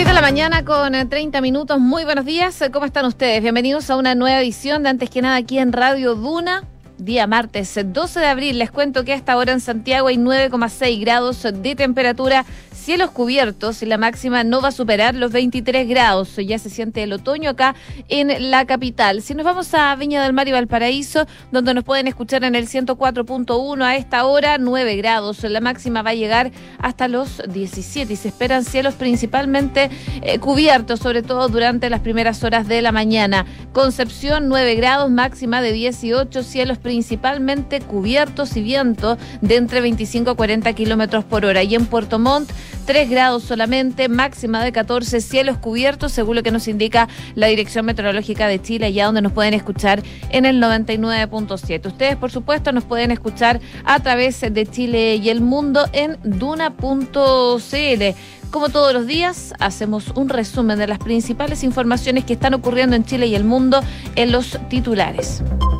6 de la mañana con 30 minutos. Muy buenos días. ¿Cómo están ustedes? Bienvenidos a una nueva edición de Antes que Nada aquí en Radio Duna. Día martes 12 de abril. Les cuento que a esta hora en Santiago hay 9,6 grados de temperatura, cielos cubiertos y la máxima no va a superar los 23 grados. Ya se siente el otoño acá en la capital. Si nos vamos a Viña del Mar y Valparaíso, donde nos pueden escuchar en el 104.1 a esta hora, 9 grados. La máxima va a llegar hasta los 17 y se esperan cielos principalmente cubiertos, sobre todo durante las primeras horas de la mañana. Concepción, 9 grados, máxima de 18, cielos principalmente cubiertos y viento de entre 25 a 40 kilómetros por hora. Y en Puerto Montt, 3 grados solamente, máxima de 14, cielos cubiertos, según lo que nos indica la Dirección Meteorológica de Chile, allá donde nos pueden escuchar en el 99.7. Ustedes, por supuesto, nos pueden escuchar a través de Chile y el mundo en duna.cl. Como todos los días, hacemos un resumen de las principales informaciones que están ocurriendo en Chile y el mundo en los titulares.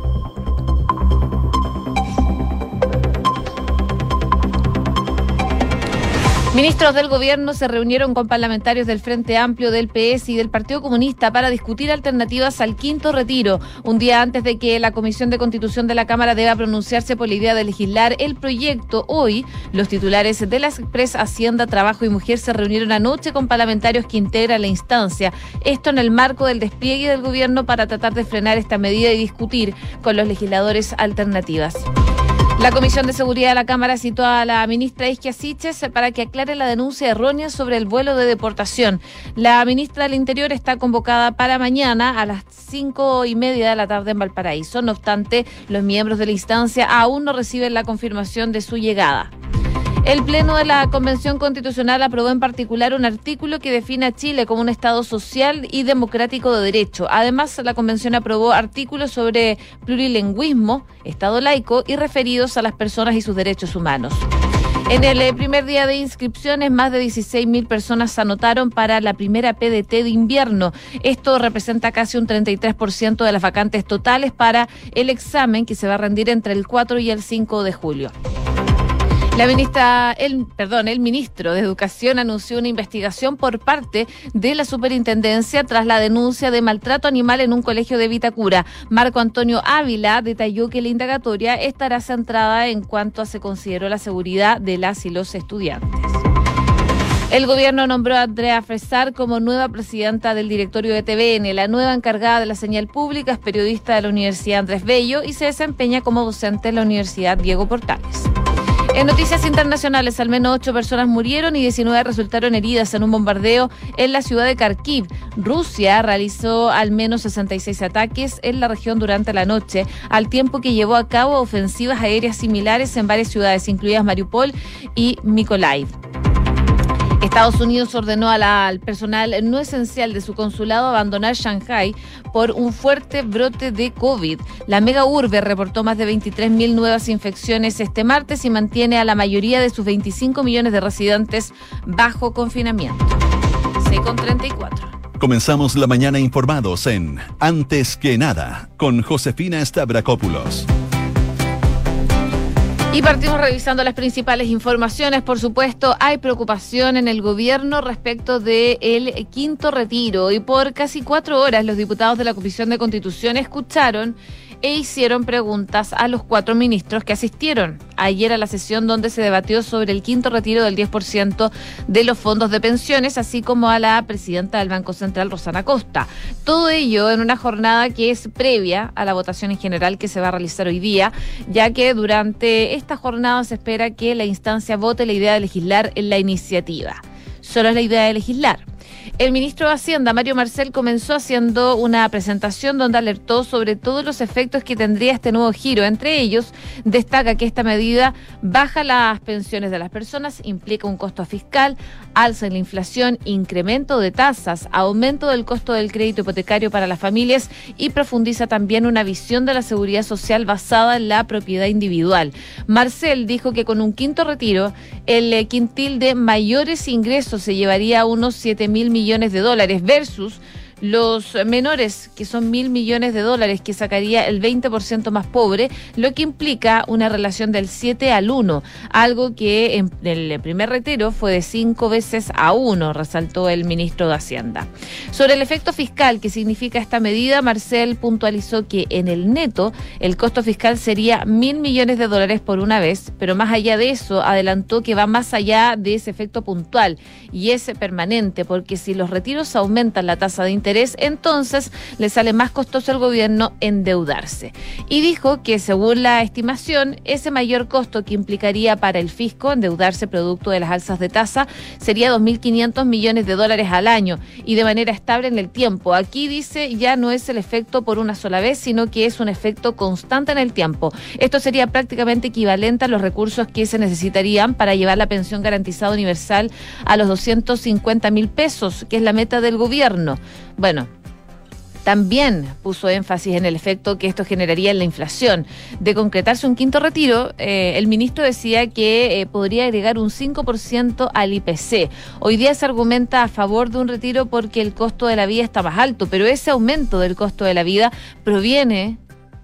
Ministros del Gobierno se reunieron con parlamentarios del Frente Amplio, del PS y del Partido Comunista para discutir alternativas al quinto retiro, un día antes de que la Comisión de Constitución de la Cámara deba pronunciarse por la idea de legislar el proyecto. Hoy, los titulares de la Express, Hacienda, Trabajo y Mujer se reunieron anoche con parlamentarios que integran la instancia. Esto en el marco del despliegue del Gobierno para tratar de frenar esta medida y discutir con los legisladores alternativas. La Comisión de Seguridad de la Cámara citó a la ministra Isquia Siches para que aclare la denuncia errónea sobre el vuelo de deportación. La ministra del Interior está convocada para mañana a las 5:30 de la tarde en Valparaíso. No obstante, los miembros de la instancia aún no reciben la confirmación de su llegada. El Pleno de la Convención Constitucional aprobó en particular un artículo que define a Chile como un Estado social y democrático de derecho. Además, la Convención aprobó artículos sobre plurilingüismo, Estado laico y referidos a las personas y sus derechos humanos. En el primer día de inscripciones, más de 16.000 personas se anotaron para la primera PDT de invierno. Esto representa casi un 33% de las vacantes totales para el examen que se va a rendir entre el 4 y el 5 de julio. El ministro de Educación anunció una investigación por parte de la superintendencia tras la denuncia de maltrato animal en un colegio de Vitacura. Marco Antonio Ávila detalló que la indagatoria estará centrada en cuanto a se consideró la seguridad de las y los estudiantes. El gobierno nombró a Andrea Fresar como nueva presidenta del directorio de TVN. La nueva encargada de la señal pública es periodista de la Universidad Andrés Bello y se desempeña como docente en la Universidad Diego Portales. En noticias internacionales, al menos 8 personas murieron y 19 resultaron heridas en un bombardeo en la ciudad de Kharkiv. Rusia realizó al menos 66 ataques en la región durante la noche, al tiempo que llevó a cabo ofensivas aéreas similares en varias ciudades, incluidas Mariupol y Mykolaiv. Estados Unidos ordenó al personal no esencial de su consulado abandonar Shanghái por un fuerte brote de COVID. La mega urbe reportó más de 23.000 nuevas infecciones este martes y mantiene a la mayoría de sus 25 millones de residentes bajo confinamiento. 6:34. Comenzamos la mañana informados en Antes que Nada con Josefina Stavrakopoulos. Y partimos revisando las principales informaciones. Por supuesto, hay preocupación en el gobierno respecto del quinto retiro. Y por casi 4 horas los diputados de la Comisión de Constitución escucharon e hicieron preguntas a los 4 ministros que asistieron ayer a la sesión donde se debatió sobre el quinto retiro del 10% de los fondos de pensiones, así como a la presidenta del Banco Central, Rosana Costa. Todo ello en una jornada que es previa a la votación en general que se va a realizar hoy día, ya que durante esta jornada se espera que la instancia vote la idea de legislar en la iniciativa. Solo es la idea de legislar. El ministro de Hacienda, Mario Marcel, comenzó haciendo una presentación donde alertó sobre todos los efectos que tendría este nuevo giro. Entre ellos, destaca que esta medida baja las pensiones de las personas, implica un costo fiscal, alza en la inflación, incremento de tasas, aumento del costo del crédito hipotecario para las familias y profundiza también una visión de la seguridad social basada en la propiedad individual. Marcel dijo que con un quinto retiro, el quintil de mayores ingresos se llevaría a unos 7.000 millones de dólares versus Los menores, que son 1.000 millones de dólares, que sacaría el 20% más pobre, lo que implica una relación del 7-1, algo que en el primer retiro fue de 5 veces a 1, resaltó el ministro de Hacienda. Sobre el efecto fiscal que significa esta medida, Marcel puntualizó que en el neto el costo fiscal sería 1.000 millones de dólares por una vez, pero más allá de eso adelantó que va más allá de ese efecto puntual y es permanente, porque si los retiros aumentan la tasa de interés, entonces le sale más costoso al gobierno endeudarse. Y dijo que según la estimación, ese mayor costo que implicaría para el fisco endeudarse producto de las alzas de tasa sería 2.500 millones de dólares al año y de manera estable en el tiempo. Aquí dice ya no es el efecto por una sola vez, sino que es un efecto constante en el tiempo. Esto sería prácticamente equivalente a los recursos que se necesitarían para llevar la pensión garantizada universal a los 250.000 pesos, que es la meta del gobierno. Bueno, también puso énfasis en el efecto que esto generaría en la inflación. De concretarse un quinto retiro, el ministro decía que podría agregar un 5% al IPC. Hoy día se argumenta a favor de un retiro porque el costo de la vida está más alto, pero ese aumento del costo de la vida proviene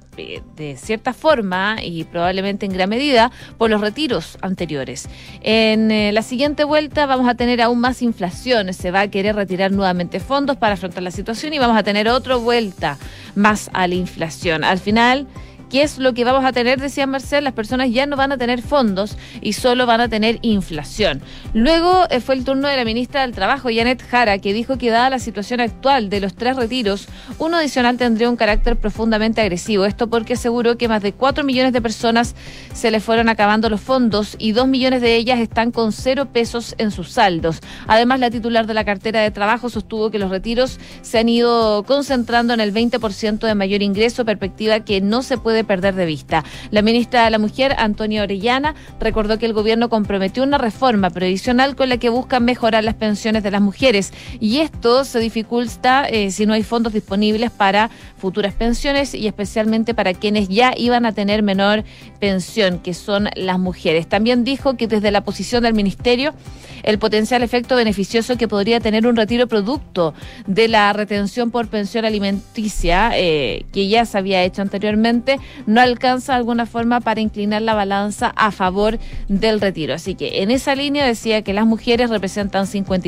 de cierta forma y probablemente en gran medida por los retiros anteriores. En la siguiente vuelta vamos a tener aún más inflación, se va a querer retirar nuevamente fondos para afrontar la situación y vamos a tener otra vuelta más a la inflación. Al final, ¿qué es lo que vamos a tener? Decía Marcel, las personas ya no van a tener fondos y solo van a tener inflación. Luego fue el turno de la ministra del Trabajo, Janet Jara, que dijo que dada la situación actual de los 3 retiros, uno adicional tendría un carácter profundamente agresivo. Esto porque aseguró que más de 4 millones de personas se les fueron acabando los fondos y 2 millones de ellas están con 0 pesos en sus saldos. Además, la titular de la cartera de trabajo sostuvo que los retiros se han ido concentrando en el 20% de mayor ingreso, perspectiva que no se puede perder de vista. La ministra de la Mujer, Antonia Orellana, recordó que el gobierno comprometió una reforma previsional con la que busca mejorar las pensiones de las mujeres y esto se dificulta si no hay fondos disponibles para futuras pensiones y especialmente para quienes ya iban a tener menor pensión, que son las mujeres. También dijo que desde la posición del ministerio, el potencial efecto beneficioso que podría tener un retiro producto de la retención por pensión alimenticia, que ya se había hecho anteriormente, no alcanza de alguna forma para inclinar la balanza a favor del retiro. Así que en esa línea decía que las mujeres representan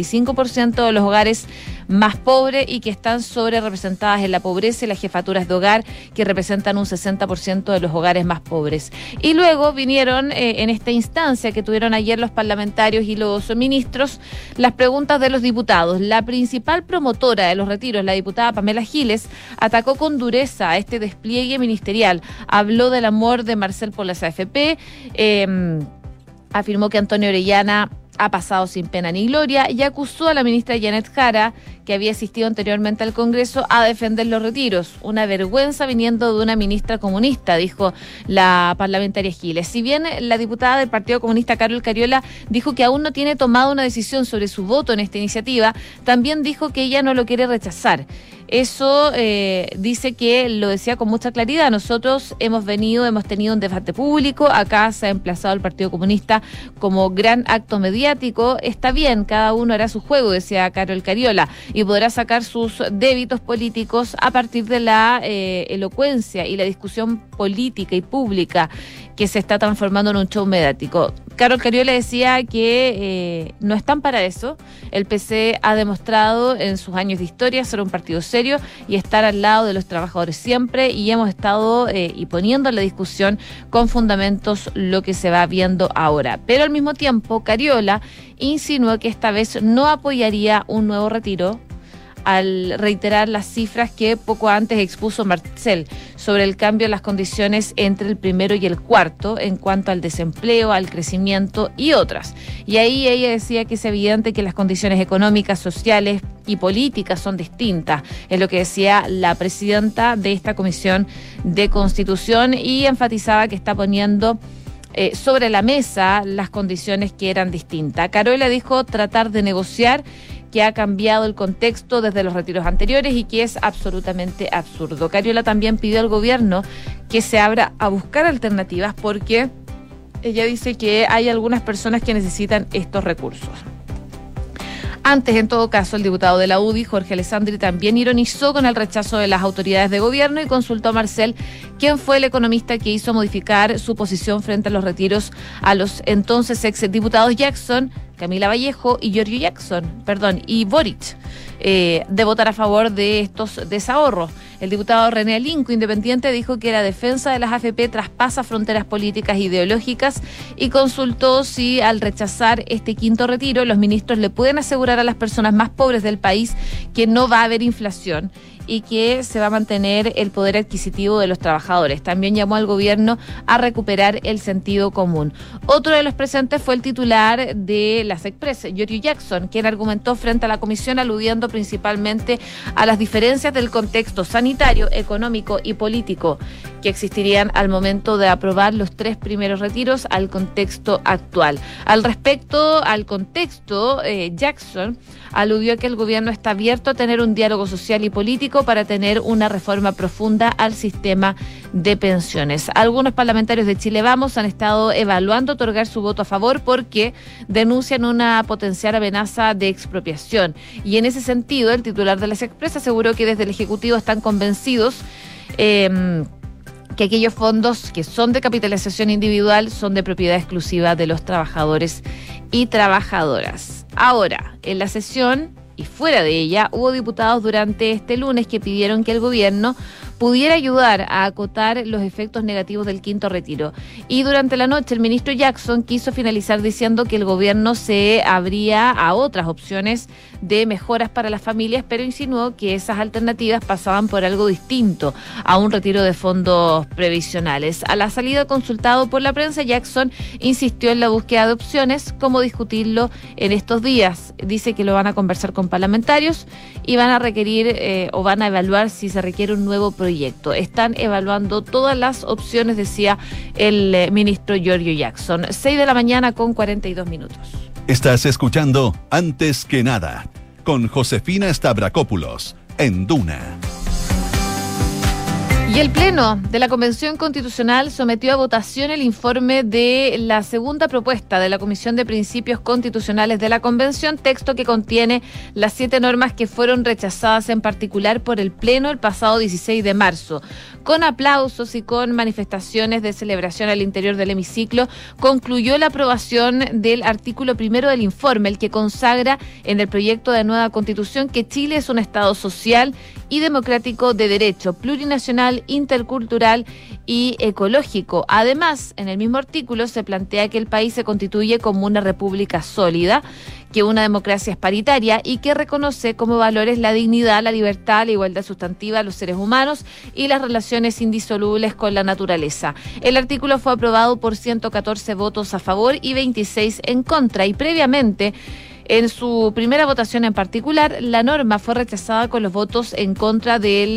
55% de los hogares más pobres y que están sobre representadas en la pobreza y las jefaturas de hogar, que representan un 60% de los hogares más pobres. Y luego vinieron en esta instancia que tuvieron ayer los parlamentarios y los ministros, las preguntas de los diputados. La principal promotora de los retiros, la diputada Pamela Giles, atacó con dureza a este despliegue ministerial. Habló del amor de Marcel por las AFP, afirmó que Antonio Orellana ha pasado sin pena ni gloria y acusó a la ministra Janet Jara, que había asistido anteriormente al Congreso, a defender los retiros. Una vergüenza viniendo de una ministra comunista, dijo la parlamentaria Giles. Si bien la diputada del Partido Comunista, Carol Cariola, dijo que aún no tiene tomado una decisión sobre su voto en esta iniciativa, también dijo que ella no lo quiere rechazar. Eso dice que lo decía con mucha claridad. Nosotros hemos tenido un debate público, acá se ha emplazado el Partido Comunista como gran acto mediático. Está bien, cada uno hará su juego, decía Carol Cariola, y podrá sacar sus débitos políticos a partir de la elocuencia y la discusión política y pública que se está transformando en un show mediático. Carol Cariola decía que no están para eso. El PC ha demostrado en sus años de historia ser un partido serio y estar al lado de los trabajadores siempre, y hemos estado y poniendo en la discusión con fundamentos lo que se va viendo ahora. Pero al mismo tiempo, Cariola insinuó que esta vez no apoyaría un nuevo retiro, al reiterar las cifras que poco antes expuso Marcel sobre el cambio en las condiciones entre el primero y el cuarto en cuanto al desempleo, al crecimiento y otras. Y ahí ella decía que es evidente que las condiciones económicas, sociales y políticas son distintas, es lo que decía la presidenta de esta Comisión de Constitución, y enfatizaba que está poniendo sobre la mesa las condiciones que eran distintas. Carola dijo tratar de negociar, que ha cambiado el contexto desde los retiros anteriores y que es absolutamente absurdo. Cariola también pidió al gobierno que se abra a buscar alternativas porque ella dice que hay algunas personas que necesitan estos recursos. Antes, en todo caso, el diputado de la UDI, Jorge Alessandri, también ironizó con el rechazo de las autoridades de gobierno y consultó a Marcel, quien fue el economista que hizo modificar su posición frente a los retiros a los entonces exdiputados Jackson, Camila Vallejo y y Boric, de votar a favor de estos desahorros. El diputado René Alinco, independiente, dijo que la defensa de las AFP traspasa fronteras políticas e ideológicas y consultó si al rechazar este quinto retiro los ministros le pueden asegurar a las personas más pobres del país que no va a haber inflación y que se va a mantener el poder adquisitivo de los trabajadores. También llamó al gobierno a recuperar el sentido común. Otro de los presentes fue el titular de las Express, Giorgio Jackson, quien argumentó frente a la comisión aludiendo principalmente a las diferencias del contexto sanitario, económico y político que existirían al momento de aprobar los 3 primeros retiros al contexto actual. Al respecto al contexto, Jackson aludió a que el gobierno está abierto a tener un diálogo social y político para tener una reforma profunda al sistema de pensiones. Algunos parlamentarios de Chile Vamos han estado evaluando otorgar su voto a favor porque denuncian una potencial amenaza de expropiación. Y en ese sentido, el titular de las Express aseguró que desde el Ejecutivo están convencidos que aquellos fondos que son de capitalización individual son de propiedad exclusiva de los trabajadores y trabajadoras. Ahora, en la sesión y fuera de ella, hubo diputados durante este lunes que pidieron que el gobierno pudiera ayudar a acotar los efectos negativos del quinto retiro. Y durante la noche el ministro Jackson quiso finalizar diciendo que el gobierno se abría a otras opciones de mejoras para las familias, pero insinuó que esas alternativas pasaban por algo distinto a un retiro de fondos previsionales. A la salida, consultado por la prensa, Jackson insistió en la búsqueda de opciones, cómo discutirlo en estos días. Dice que lo van a conversar con parlamentarios y van a requerir o van a evaluar si se requiere un nuevo proyecto. Están evaluando todas las opciones, decía el ministro Giorgio Jackson. 6 de la mañana con 42 minutos. Estás escuchando Antes que Nada con Josefina Stavrakopoulos en Duna. Y el Pleno de la Convención Constitucional sometió a votación el informe de la segunda propuesta de la Comisión de Principios Constitucionales de la Convención, texto que contiene las 7 normas que fueron rechazadas en particular por el Pleno el pasado 16 de marzo. Con aplausos y con manifestaciones de celebración al interior del hemiciclo, concluyó la aprobación del artículo 1 del informe, el que consagra en el proyecto de nueva Constitución que Chile es un Estado social y democrático de derecho, plurinacional, intercultural y ecológico. Además, en el mismo artículo se plantea que el país se constituye como una república sólida, que una democracia es paritaria y que reconoce como valores la dignidad, la libertad, la igualdad sustantiva de los seres humanos y las relaciones indisolubles con la naturaleza. El artículo fue aprobado por 114 votos a favor y 26 en contra, y previamente, en su primera votación en particular, la norma fue rechazada con los votos en contra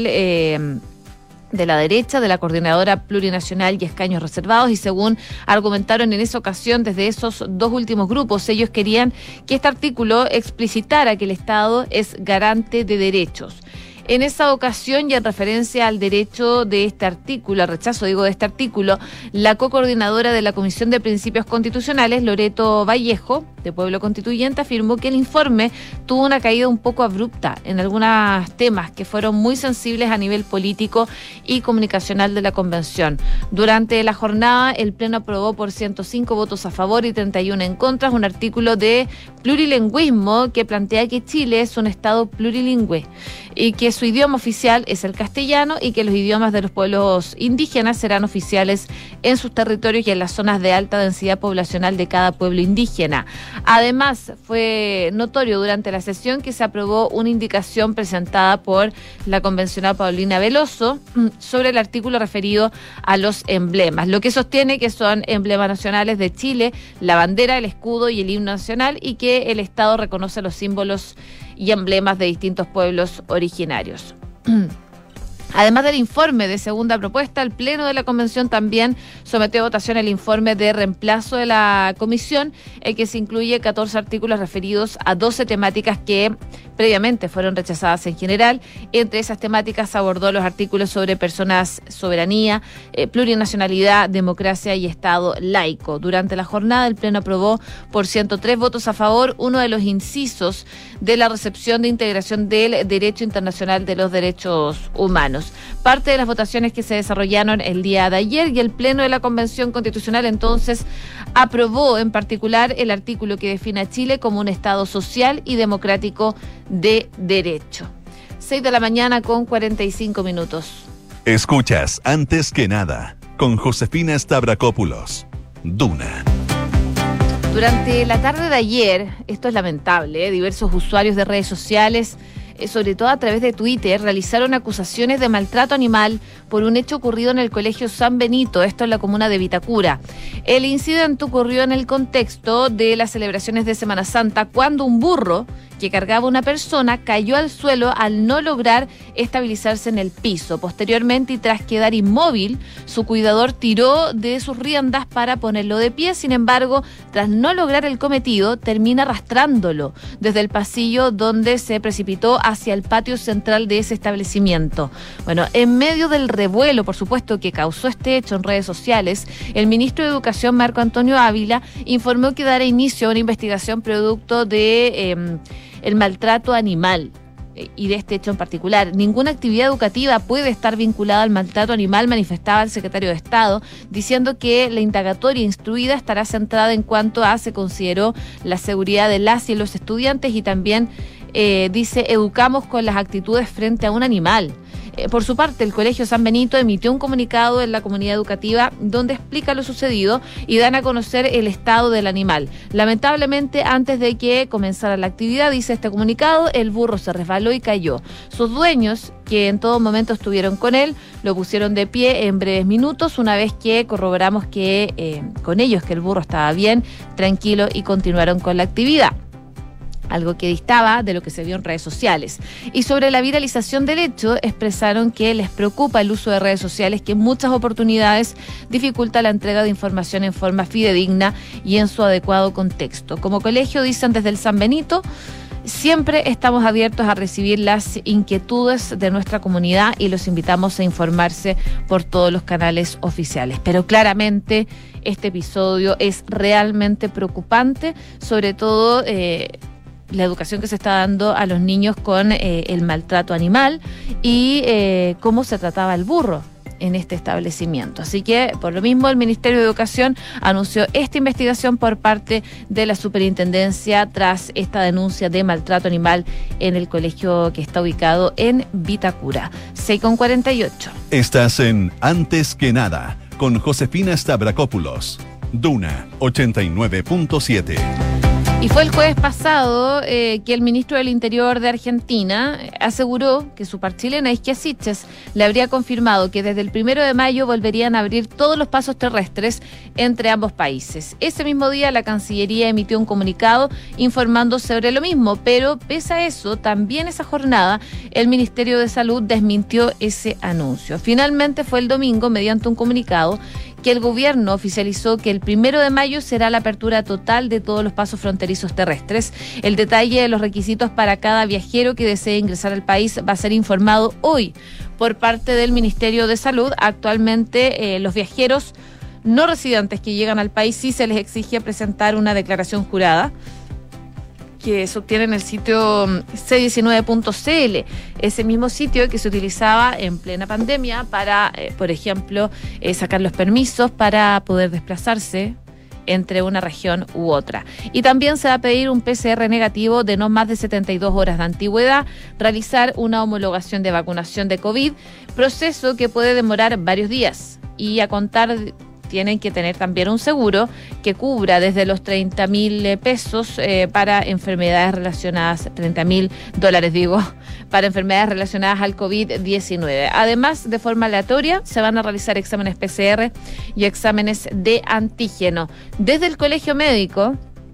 de la derecha, de la Coordinadora Plurinacional y escaños reservados, y según argumentaron en esa ocasión desde esos 2 últimos grupos, ellos querían que este artículo explicitara que el Estado es garante de derechos. En esa ocasión, y en referencia al derecho de este artículo, al rechazo, de este artículo, la cocoordinadora de la Comisión de Principios Constitucionales, Loreto Vallejo, de Pueblo Constituyente, afirmó que el informe tuvo una caída un poco abrupta en algunos temas que fueron muy sensibles a nivel político y comunicacional de la Convención. Durante la jornada, el Pleno aprobó por 105 votos a favor y 31 en contra un artículo de plurilingüismo que plantea que Chile es un Estado plurilingüe y que su idioma oficial es el castellano y que los idiomas de los pueblos indígenas serán oficiales en sus territorios y en las zonas de alta densidad poblacional de cada pueblo indígena. Además, fue notorio durante la sesión que se aprobó una indicación presentada por la convencional Paulina Veloso sobre el artículo referido a los emblemas, lo que sostiene que son emblemas nacionales de Chile, la bandera, el escudo y el himno nacional, y que el Estado reconoce los símbolos y emblemas de distintos pueblos originarios. Además del informe de segunda propuesta, el Pleno de la Convención también sometió a votación el informe de reemplazo de la Comisión, en que se incluye 14 artículos referidos a 12 temáticas que previamente fueron rechazadas en general. Entre esas temáticas abordó los artículos sobre personas, soberanía, plurinacionalidad, democracia y Estado laico. Durante la jornada, el Pleno aprobó por 103 votos a favor uno de los incisos de la recepción de integración del Derecho Internacional de los Derechos Humanos. Parte de las votaciones que se desarrollaron el día de ayer, y el Pleno de la Convención Constitucional entonces aprobó en particular el artículo que define a Chile como un Estado social y democrático de derecho. 6 de la mañana con 45 minutos. Escuchas Antes que Nada con Josefina Stavrakopoulos, Duna. Durante la tarde de ayer, esto es lamentable, diversos usuarios de redes sociales, sobre todo a través de Twitter, realizaron acusaciones de maltrato animal por un hecho ocurrido en el Colegio San Benito, esto en la comuna de Vitacura. El incidente ocurrió en el contexto de las celebraciones de Semana Santa, cuando un burro que cargaba una persona cayó al suelo al no lograr estabilizarse en el piso. Posteriormente, y tras quedar inmóvil, su cuidador tiró de sus riendas para ponerlo de pie. Sin embargo, tras no lograr el cometido, termina arrastrándolo desde el pasillo, donde se precipitó hacia el patio central de ese establecimiento. Bueno, en medio del revuelo, por supuesto, que causó este hecho en redes sociales, el ministro de Educación, Marco Antonio Ávila, informó que dará inicio a una investigación producto de el maltrato animal y de este hecho en particular. Ninguna actividad educativa puede estar vinculada al maltrato animal, manifestaba el secretario de Estado, diciendo que la indagatoria instruida estará centrada en cuanto a se consideró la seguridad de las y los estudiantes, y también dice, educamos con las actitudes frente a un animal. Por su parte, el Colegio San Benito emitió un comunicado en la comunidad educativa donde explica lo sucedido y dan a conocer el estado del animal. Lamentablemente, antes de que comenzara la actividad, dice este comunicado, el burro se resbaló y cayó. Sus dueños, que en todo momento estuvieron con él, lo pusieron de pie en breves minutos, una vez que corroboramos que con ellos que el burro estaba bien, tranquilo, y continuaron con la actividad. Algo que distaba de lo que se vio en redes sociales. Y sobre la viralización del hecho, expresaron que les preocupa el uso de redes sociales, que en muchas oportunidades dificulta la entrega de información en forma fidedigna y en su adecuado contexto. Como colegio, dicen desde el San Benito, siempre estamos abiertos a recibir las inquietudes de nuestra comunidad y los invitamos a informarse por todos los canales oficiales. Pero claramente este episodio es realmente preocupante, sobre todo la educación que se está dando a los niños con el maltrato animal y cómo se trataba el burro en este establecimiento. Así que, por lo mismo, el Ministerio de Educación anunció esta investigación por parte de la Superintendencia tras esta denuncia de maltrato animal en el colegio que está ubicado en Vitacura. 6:48. Estás en Antes que Nada con Josefina Stavrakopoulos, Duna 89.7. Y fue el jueves pasado que el ministro del Interior de Argentina aseguró que su par chilena, Isquia Siches, le habría confirmado que desde el 1 de mayo volverían a abrir todos los pasos terrestres entre ambos países. Ese mismo día la Cancillería emitió un comunicado informando sobre lo mismo, pero pese a eso, también esa jornada el Ministerio de Salud desmintió ese anuncio. Finalmente fue el domingo, mediante un comunicado, que el gobierno oficializó que el 1 de mayo será la apertura total de todos los pasos fronterizos terrestres. El detalle de los requisitos para cada viajero que desee ingresar al país va a ser informado hoy por parte del Ministerio de Salud. Actualmente los viajeros no residentes que llegan al país sí se les exige presentar una declaración jurada, que se obtiene en el sitio c19.cl, ese mismo sitio que se utilizaba en plena pandemia para, por ejemplo, sacar los permisos para poder desplazarse entre una región u otra. Y también se va a pedir un PCR negativo de no más de 72 horas de antigüedad, realizar una homologación de vacunación de COVID, proceso que puede demorar varios días, y a contar tienen que tener también un seguro que cubra desde los 30.000 pesos para enfermedades relacionadas, $30.000, para enfermedades relacionadas al COVID-19. Además, de forma aleatoria, se van a realizar exámenes PCR y exámenes de antígeno. Desde el Colegio Médico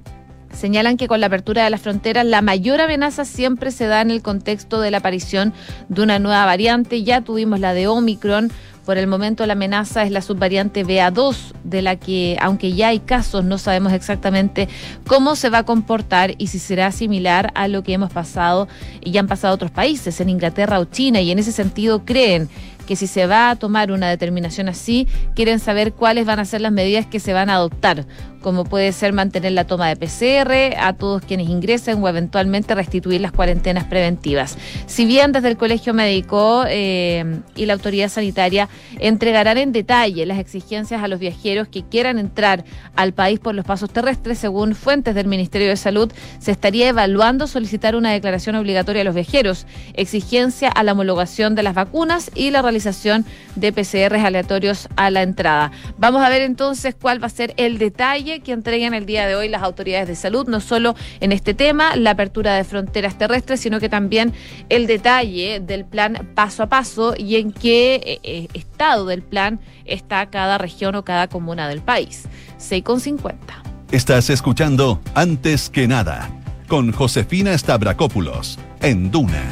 Señalan que con la apertura de las fronteras la mayor amenaza siempre se da en el contexto de la aparición de una nueva variante. Ya tuvimos la de Omicron. Por el momento la amenaza es la subvariante BA2, de la que, aunque ya hay casos, no sabemos exactamente cómo se va a comportar y si será similar a lo que hemos pasado y ya han pasado otros países, en Inglaterra o China, y en ese sentido creen que si se va a tomar una determinación así, quieren saber cuáles van a ser las medidas que se van a adoptar, como puede ser mantener la toma de PCR a todos quienes ingresen o eventualmente restituir las cuarentenas preventivas. Si bien desde el Colegio Médico y la autoridad sanitaria entregarán en detalle las exigencias a los viajeros que quieran entrar al país por los pasos terrestres, según fuentes del Ministerio de Salud, se estaría evaluando solicitar una declaración obligatoria a los viajeros, exigencia a la homologación de las vacunas y la realización de PCRs aleatorios a la entrada. Vamos a ver entonces cuál va a ser el detalle que entreguen el día de hoy las autoridades de salud, no solo en este tema, la apertura de fronteras terrestres, sino que también el detalle del plan paso a paso y en qué estado del plan está cada región o cada comuna del país. 6:50. Estás escuchando Antes que nada, con Josefina Stavrakopoulos, en Duna.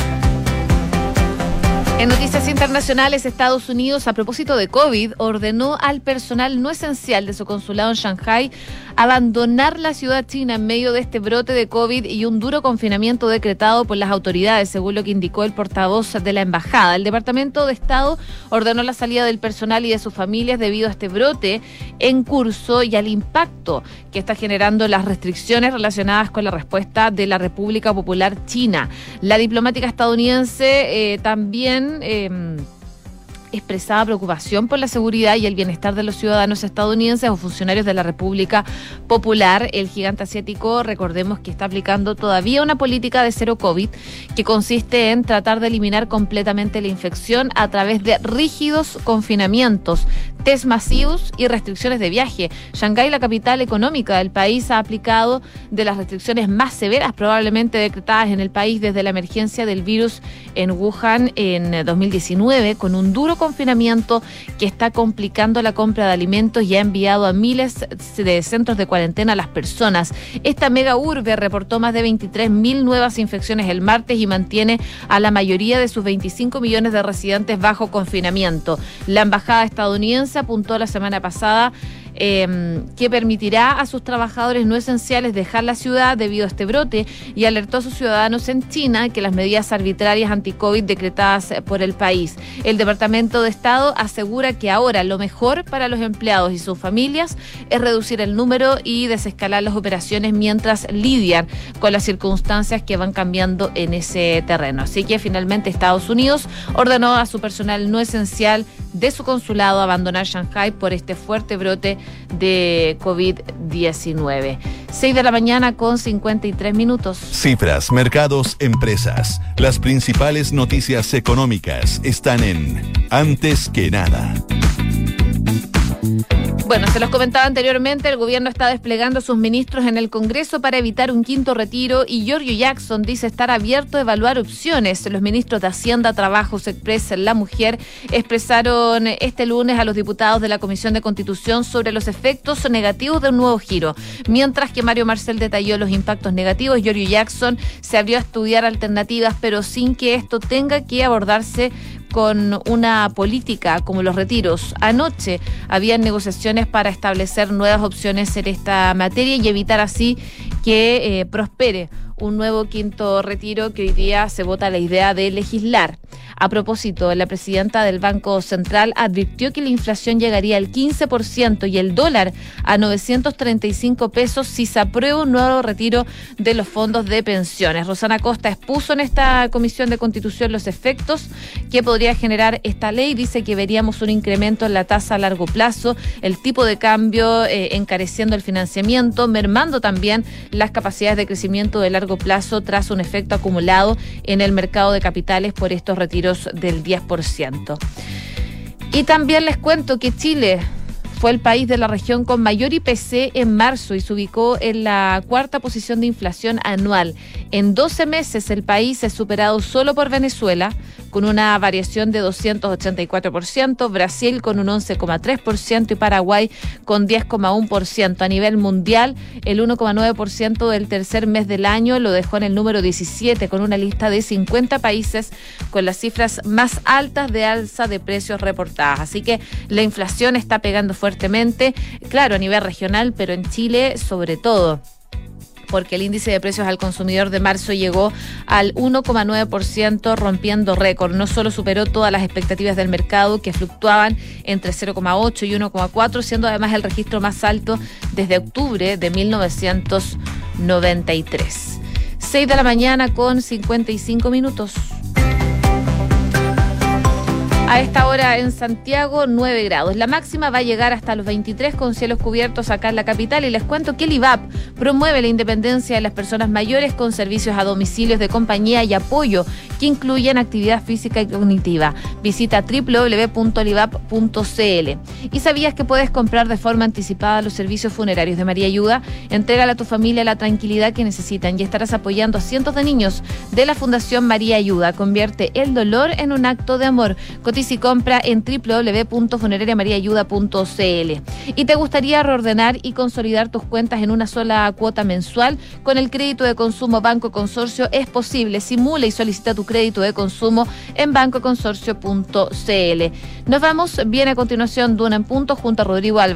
En noticias internacionales, Estados Unidos, a propósito de COVID, ordenó al personal no esencial de su consulado en Shanghái abandonar la ciudad china en medio de este brote de COVID y un duro confinamiento decretado por las autoridades, según lo que indicó el portavoz de la embajada. El Departamento de Estado ordenó la salida del personal y de sus familias debido a este brote en curso y al impacto que está generando las restricciones relacionadas con la respuesta de la República Popular China. La diplomática estadounidense también expresaba preocupación por la seguridad y el bienestar de los ciudadanos estadounidenses o funcionarios de la República Popular. El gigante asiático, recordemos que está aplicando todavía una política de cero COVID que consiste en tratar de eliminar completamente la infección a través de rígidos confinamientos, test masivos y restricciones de viaje. Shanghái, la capital económica del país, ha aplicado de las restricciones más severas probablemente decretadas en el país desde la emergencia del virus en Wuhan en 2019, con un duro confinamiento que está complicando la compra de alimentos y ha enviado a miles de centros de cuarentena a las personas. Esta mega urbe reportó más de 23.000 nuevas infecciones el martes y mantiene a la mayoría de sus 25 millones de residentes bajo confinamiento. La embajada estadounidense apuntó la semana pasada que permitirá a sus trabajadores no esenciales dejar la ciudad debido a este brote y alertó a sus ciudadanos en China que las medidas arbitrarias anti-COVID decretadas por el país. El Departamento de Estado asegura que ahora lo mejor para los empleados y sus familias es reducir el número y desescalar las operaciones mientras lidian con las circunstancias que van cambiando en ese terreno. Así que finalmente Estados Unidos ordenó a su personal no esencial de su consulado abandonar Shanghái por este fuerte brote de COVID-19. 6 de la mañana con 53 minutos. Cifras, mercados, empresas. Las principales noticias económicas están en Antes que nada. Bueno, se los comentaba anteriormente, el gobierno está desplegando a sus ministros en el Congreso para evitar un quinto retiro y Giorgio Jackson dice estar abierto a evaluar opciones. Los ministros de Hacienda, Trabajo, Express, La Mujer expresaron este lunes a los diputados de la Comisión de Constitución sobre los efectos negativos de un nuevo giro. Mientras que Mario Marcel detalló los impactos negativos, Giorgio Jackson se abrió a estudiar alternativas, pero sin que esto tenga que abordarse con una política como los retiros. Anoche habían negociaciones para establecer nuevas opciones en esta materia y evitar así que prospere un nuevo quinto retiro que hoy día se vota la idea de legislar. A propósito, la presidenta del Banco Central advirtió que la inflación llegaría al 15% y el dólar a 935 pesos si se aprueba un nuevo retiro de los fondos de pensiones. Rosana Costa expuso en esta Comisión de Constitución los efectos que podría generar esta ley. Dice que veríamos un incremento en la tasa a largo plazo, el tipo de cambio encareciendo el financiamiento, mermando también las capacidades de crecimiento de largo plazo tras un efecto acumulado en el mercado de capitales por estos retiros del 10%. Y también les cuento que Chile fue el país de la región con mayor IPC en marzo y se ubicó en la cuarta posición de inflación anual. En 12 meses el país es superado solo por Venezuela, con una variación de 284%, Brasil con un 11,3% y Paraguay con 10,1%. A nivel mundial, el 1,9% del tercer mes del año lo dejó en el número 17, con una lista de 50 países con las cifras más altas de alza de precios reportadas. Así que la inflación está pegando fuertemente, claro, a nivel regional, pero en Chile sobre todo, porque el índice de precios al consumidor de marzo llegó al 1,9%, rompiendo récord. No solo superó todas las expectativas del mercado, que fluctuaban entre 0,8 y 1,4, siendo además el registro más alto desde octubre de 1993. 6 de la mañana con 55 minutos. A esta hora en Santiago, 9 grados. La máxima va a llegar hasta los 23 con cielos cubiertos acá en la capital. Y les cuento que el IVAP promueve la independencia de las personas mayores con servicios a domicilios de compañía y apoyo que incluyen actividad física y cognitiva. Visita www.livap.cl. ¿Y sabías que puedes comprar de forma anticipada los servicios funerarios de María Ayuda? Entrégale a tu familia la tranquilidad que necesitan y estarás apoyando a cientos de niños de la Fundación María Ayuda. Convierte el dolor en un acto de amor. Y compra en www.funerariamariaayuda.cl. ¿Y te gustaría reordenar y consolidar tus cuentas en una sola cuota mensual? Con el crédito de consumo Banco Consorcio es posible. Simula y solicita tu crédito de consumo en bancoconsorcio.cl. Nos vamos bien a continuación, Duna en Punto, junto a Rodrigo Álvarez.